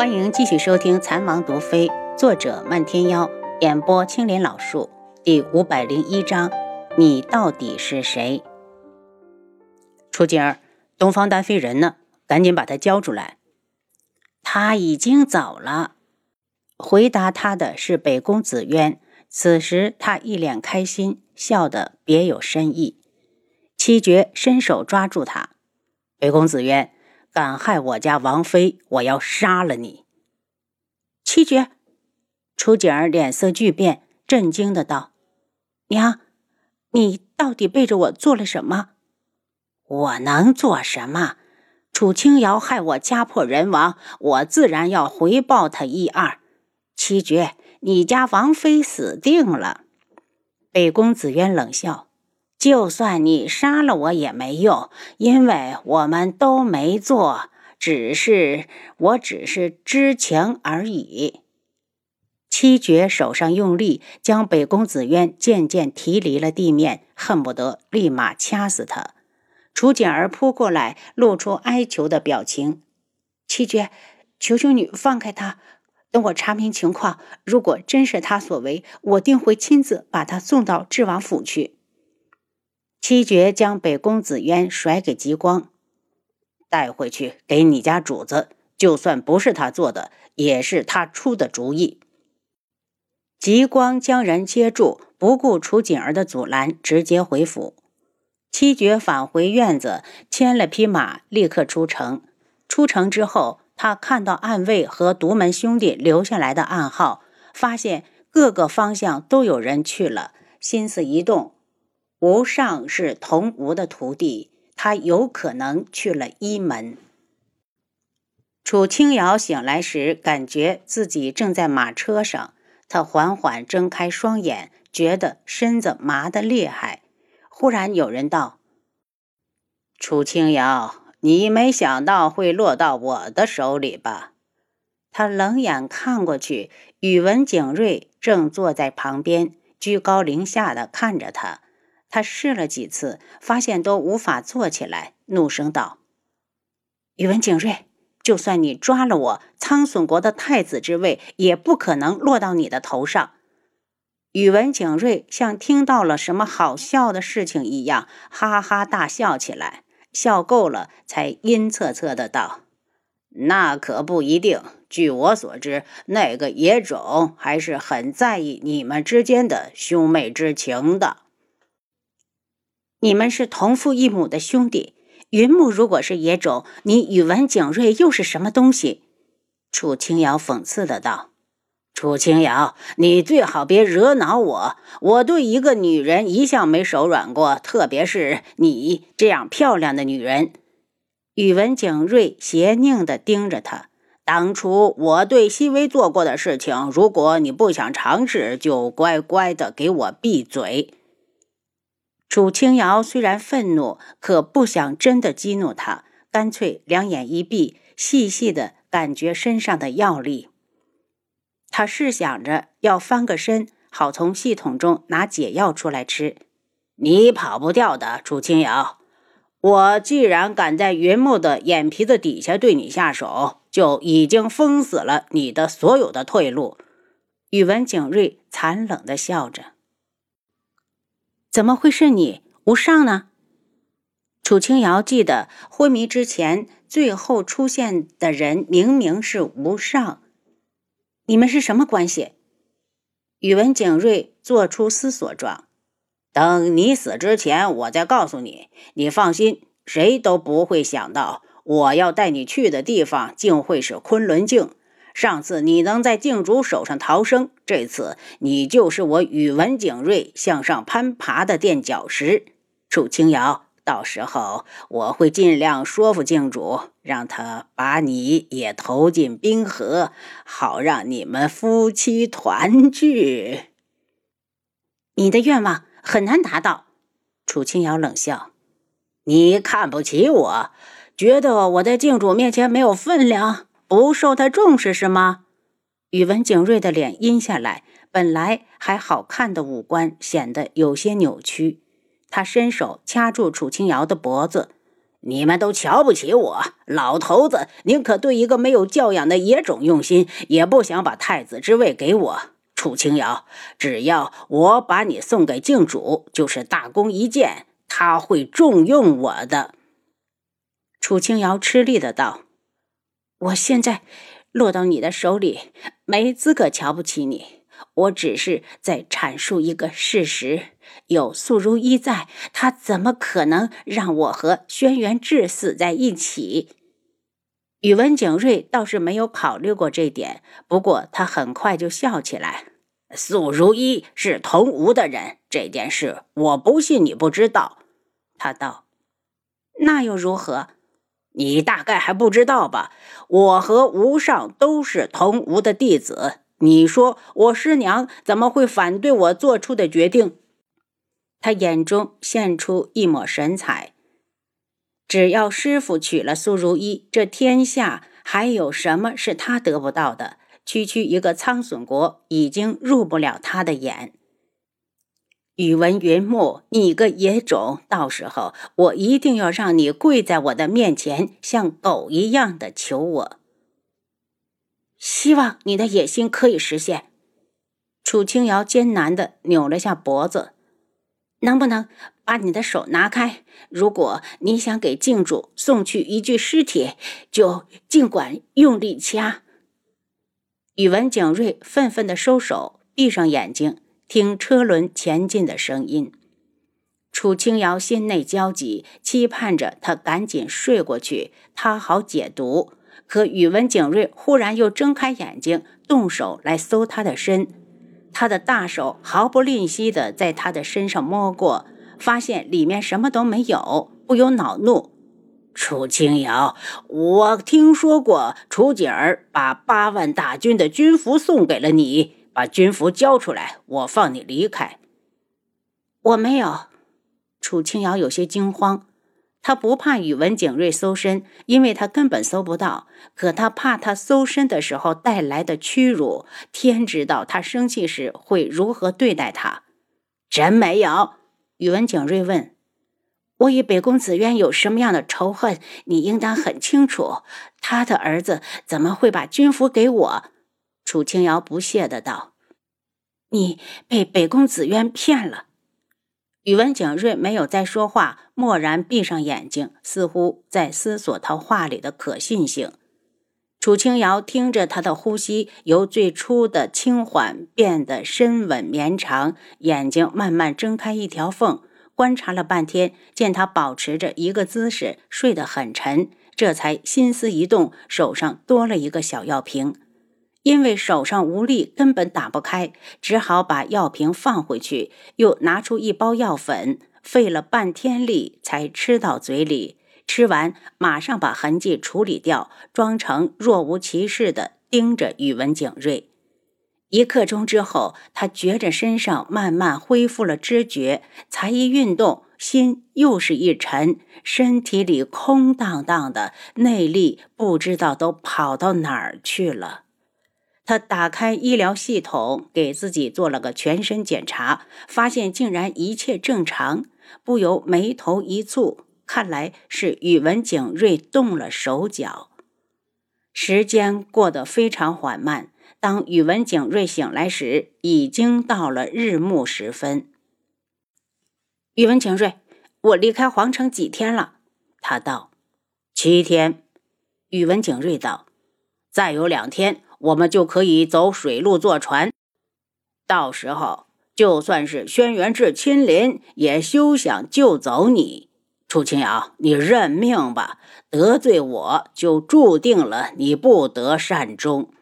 欢迎继续收听《残王毒妃》，作者漫天妖，演播青莲老树，第501章，你到底是谁？楚景儿，东方丹妃人呢？赶紧把他交出来。他已经走了。回答他的是北宫紫渊，此时他一脸开心，笑得别有深意。七绝伸手抓住他，北宫紫渊，敢害我家王妃，我要杀了你！七绝，楚景儿脸色巨变，震惊的道：娘，你到底背着我做了什么？我能做什么？楚清瑶害我家破人亡，我自然要回报他一二。七绝，你家王妃死定了。北宫紫渊冷笑，就算你杀了我也没用，因为我们都没做，我只是知情而已。七绝手上用力，将北宫紫渊渐渐提离了地面，恨不得立马掐死他。楚景儿扑过来，露出哀求的表情。七绝，求求你放开他，等我查明情况，如果真是他所为，我定会亲自把他送到智王府去。七绝将北宫紫渊甩给极光，带回去给你家主子，就算不是他做的，也是他出的主意。极光将人接住，不顾楚锦儿的阻拦，直接回府。七绝返回院子，牵了匹马，立刻出城。出城之后，他看到暗卫和独门兄弟留下来的暗号，发现各个方向都有人去了，心思一动，吴尚是童吴的徒弟，他有可能去了一门。楚清瑶醒来时，感觉自己正在马车上，他缓缓睁开双眼，觉得身子麻得厉害。忽然有人道：楚清瑶，你没想到会落到我的手里吧？他冷眼看过去，宇文景睿正坐在旁边，居高临下地看着他。他试了几次，发现都无法坐起来，怒声道：宇文景睿，就算你抓了我，苍隼国的太子之位也不可能落到你的头上。宇文景睿像听到了什么好笑的事情一样，哈哈大笑起来，笑够了才阴恻恻的道：那可不一定，据我所知，那个野种还是很在意你们之间的兄妹之情的。你们是同父异母的兄弟，云木如果是野种，你宇文景睿又是什么东西？楚清瑶讽刺的道：楚清瑶，你最好别惹恼我，我对一个女人一向没手软过，特别是你这样漂亮的女人。宇文景睿邪佞地盯着他，当初我对熹微做过的事情，如果你不想尝试，就乖乖的给我闭嘴。楚清瑶虽然愤怒，可不想真的激怒他，干脆两眼一闭，细细的感觉身上的药力。他试想着要翻个身，好从系统中拿解药出来吃。你跑不掉的，楚清瑶。我既然敢在云木的眼皮子底下对你下手，就已经封死了你的所有的退路。宇文景睿残冷地笑着。怎么会是你？吴尚呢？楚清瑶记得昏迷之前最后出现的人明明是吴尚。你们是什么关系？宇文景睿做出思索状。等你死之前我再告诉你，你放心，谁都不会想到我要带你去的地方竟会是昆仑镜。上次你能在镜主手上逃生，这次你就是我宇文景睿向上攀爬的垫脚石。楚清瑶，到时候我会尽量说服镜主，让他把你也投进冰河，好让你们夫妻团聚。你的愿望很难达到。楚清瑶冷笑。你看不起我，觉得我在镜主面前没有分量，不受他重视是吗？宇文景睿的脸阴下来，本来还好看的五官显得有些扭曲。他伸手掐住楚清瑶的脖子。 你们都瞧不起我，老头子宁可对一个没有教养的野种用心，也不想把太子之位给我。楚清瑶，只要我把你送给靖主，就是大功一件，他会重用我的。” 楚清瑶吃力的道：“我现在落到你的手里，没资格瞧不起你。我只是在阐述一个事实，有素如一在，他怎么可能让我和轩辕志死在一起？”宇文景睿倒是没有考虑过这点，不过他很快就笑起来：“ 素如一是同吴的人，这件事我不信你不知道。” 他道：“那又如何？ 你大概还不知道吧？我和吴尚都是同吴的弟子，你说我师娘怎么会反对我做出的决定？” 他眼中现出一抹神采。只要师父娶了苏如意，这天下还有什么是他得不到的？区区一个苍隼国已经入不了他的眼。宇文云木，你个野种，到时候我一定要让你跪在我的面前，像狗一样的求我。希望你的野心可以实现。楚清瑶艰难地扭了下脖子，能不能把你的手拿开？如果你想给靖主送去一具尸体，就尽管用力掐。宇文景睿愤愤地收手，闭上眼睛，听车轮前进的声音。楚清瑶心内焦急，期盼着他赶紧睡过去，他好解毒。可宇文景睿忽然又睁开眼睛，动手来搜他的身。他的大手毫不吝惜地在他的身上摸过，发现里面什么都没有，不由恼怒：“ 楚清瑶，我听说过楚景儿把8万大军的军服送给了你，把军服交出来，我放你离开。”“ 我没有。”楚清瑶有些惊慌。他不怕宇文景睿搜身，因为他根本搜不到，可他怕他搜身的时候带来的屈辱，天知道他生气时会如何对待他。 “真没有？” 宇文景睿问。“我与北宫紫渊有什么样的仇恨，你应当很清楚。他的儿子怎么会把军服给我？”楚清瑶不屑地道。“你被北宫紫渊骗了。”宇文景睿没有再说话，默然闭上眼睛，似乎在思索他话里的可信性。楚清瑶听着他的呼吸由最初的轻缓变得深稳绵长，眼睛慢慢睁开一条缝，观察了半天，见他保持着一个姿势，睡得很沉，这才心思一动，手上多了一个小药瓶。因为手上无力，根本打不开，只好把药瓶放回去，又拿出一包药粉，费了半天力才吃到嘴里。吃完，马上把痕迹处理掉，装成若无其事地盯着宇文景睿。1刻钟之后，他觉着身上慢慢恢复了知觉，才一运动，心又是一沉，身体里空荡荡的，内力不知道都跑到哪儿去了。他打开医疗系统，给自己做了个全身检查，发现竟然一切正常，不由眉头一蹙，看来是宇文景睿动了手脚。时间过得非常缓慢，当宇文景睿醒来时，已经到了日暮时分。“宇文景睿，我离开皇城几天了？”他道。 “7天。” 宇文景睿道。 “再有2天。我们就可以走水路坐船，到时候就算是轩辕志亲临，也休想救走你。楚清瑶，你认命吧，得罪我就注定了你不得善终。”“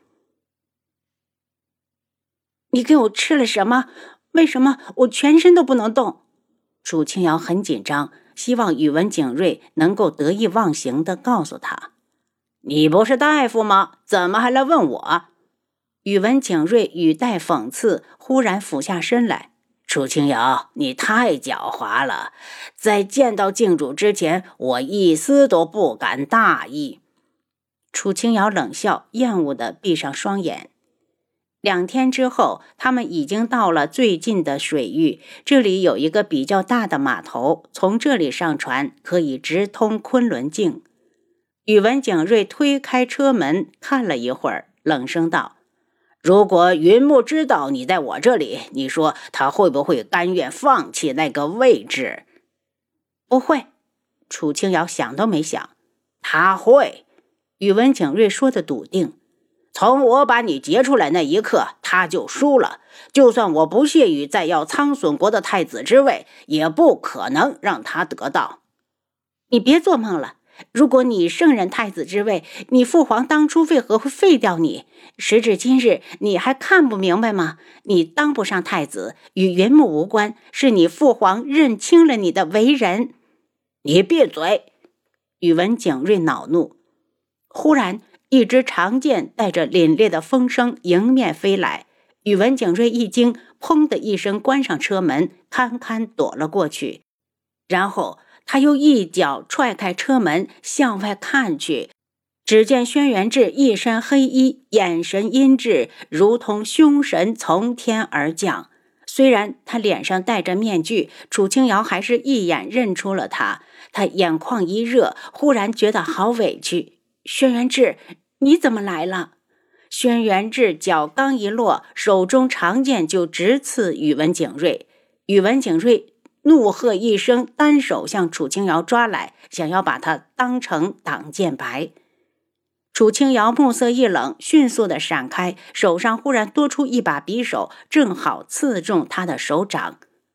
你给我吃了什么？为什么我全身都不能动？”楚清瑶很紧张，希望宇文景睿能够得意忘形地告诉他。 “你不是大夫吗？怎么还来问我？” 宇文景睿语带讽刺，忽然俯下身来。 “楚清瑶，你太狡猾了，在见到靖主之前，我一丝都不敢大意。” 楚清瑶冷笑，厌恶地闭上双眼。 2天之后，他们已经到了最近的水域，这里有一个比较大的码头，从这里上船可以直通昆仑镜。宇文景睿推开车门看了一会儿，冷声道：如果云木知道你在我这里，你说他会不会甘愿放弃那个位置？不会，楚清瑶想都没想。他会，宇文景睿说的笃定。从我把你劫出来那一刻，他就输了。就算我不屑于再要苍隼国的太子之位，也不可能让他得到。你别做梦了，如果你胜任太子之位，你父皇当初为何会废掉你？时至今日，你还看不明白吗？你当不上太子，与云木无关，是你父皇认清了你的为人。你闭嘴！宇文景睿恼怒。忽然，一支长剑带着凛冽的风声迎面飞来，宇文景睿一惊，砰的一声关上车门，堪堪躲了过去。然后他又一脚踹开车门，向外看去，只见轩辕志一身黑衣，眼神阴鸷，如同凶神从天而降。虽然他脸上戴着面具，楚清瑶还是一眼认出了他。他眼眶一热，忽然觉得好委屈。轩辕志，你怎么来了？轩辕志脚刚一落，手中长剑就直刺宇文景睿。宇文景睿怒喝一声，单手向楚清瑶抓来，想要把他当成挡箭牌。楚清瑶目色一冷，迅速地闪开，手上忽然多出一把匕首，正好刺中他的手掌。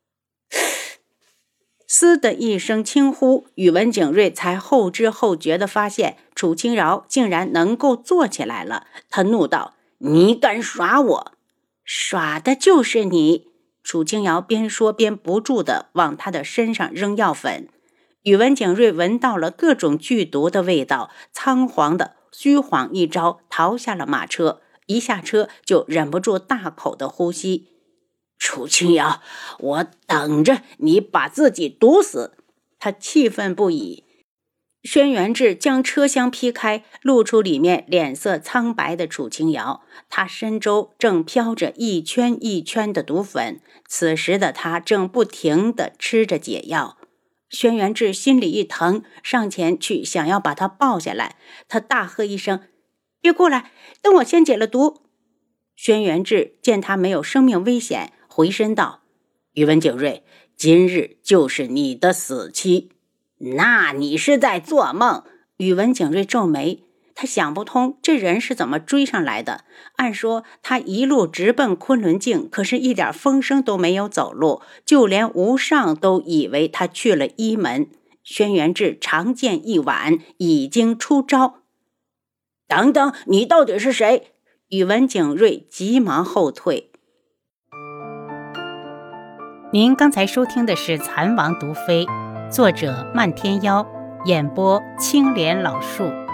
嘶的一声轻呼，宇文景睿才后知后觉地发现楚清瑶竟然能够坐起来了。他怒道：你敢耍我？耍的就是你！楚清瑶边说边不住地往他的身上扔药粉。宇文景睿闻到了各种剧毒的味道，仓皇的虚晃一招，逃下了马车。一下车就忍不住大口的呼吸。楚清瑶，我等着你把自己毒死！他气愤不已。轩辕志将车厢劈开，露出里面脸色苍白的楚清瑶。他身周正飘着一圈一圈的毒粉，此时的他正不停地吃着解药。轩辕志心里一疼，上前去想要把他抱下来。他大喝一声：别过来，等我先解了毒。轩辕志见他没有生命危险，回身道：宇文景睿，今日就是你的死期。那你是在做梦？宇文景睿皱眉，他想不通这人是怎么追上来的。按说他一路直奔昆仑镜，可是一点风声都没有走路，就连吴尚都以为他去了一门。轩辕志长剑一挽，已经出招。等等，你到底是谁？宇文景睿急忙后退。 您刚才收听的是《蚕王毒妃》，作者漫天妖，演播青莲老树。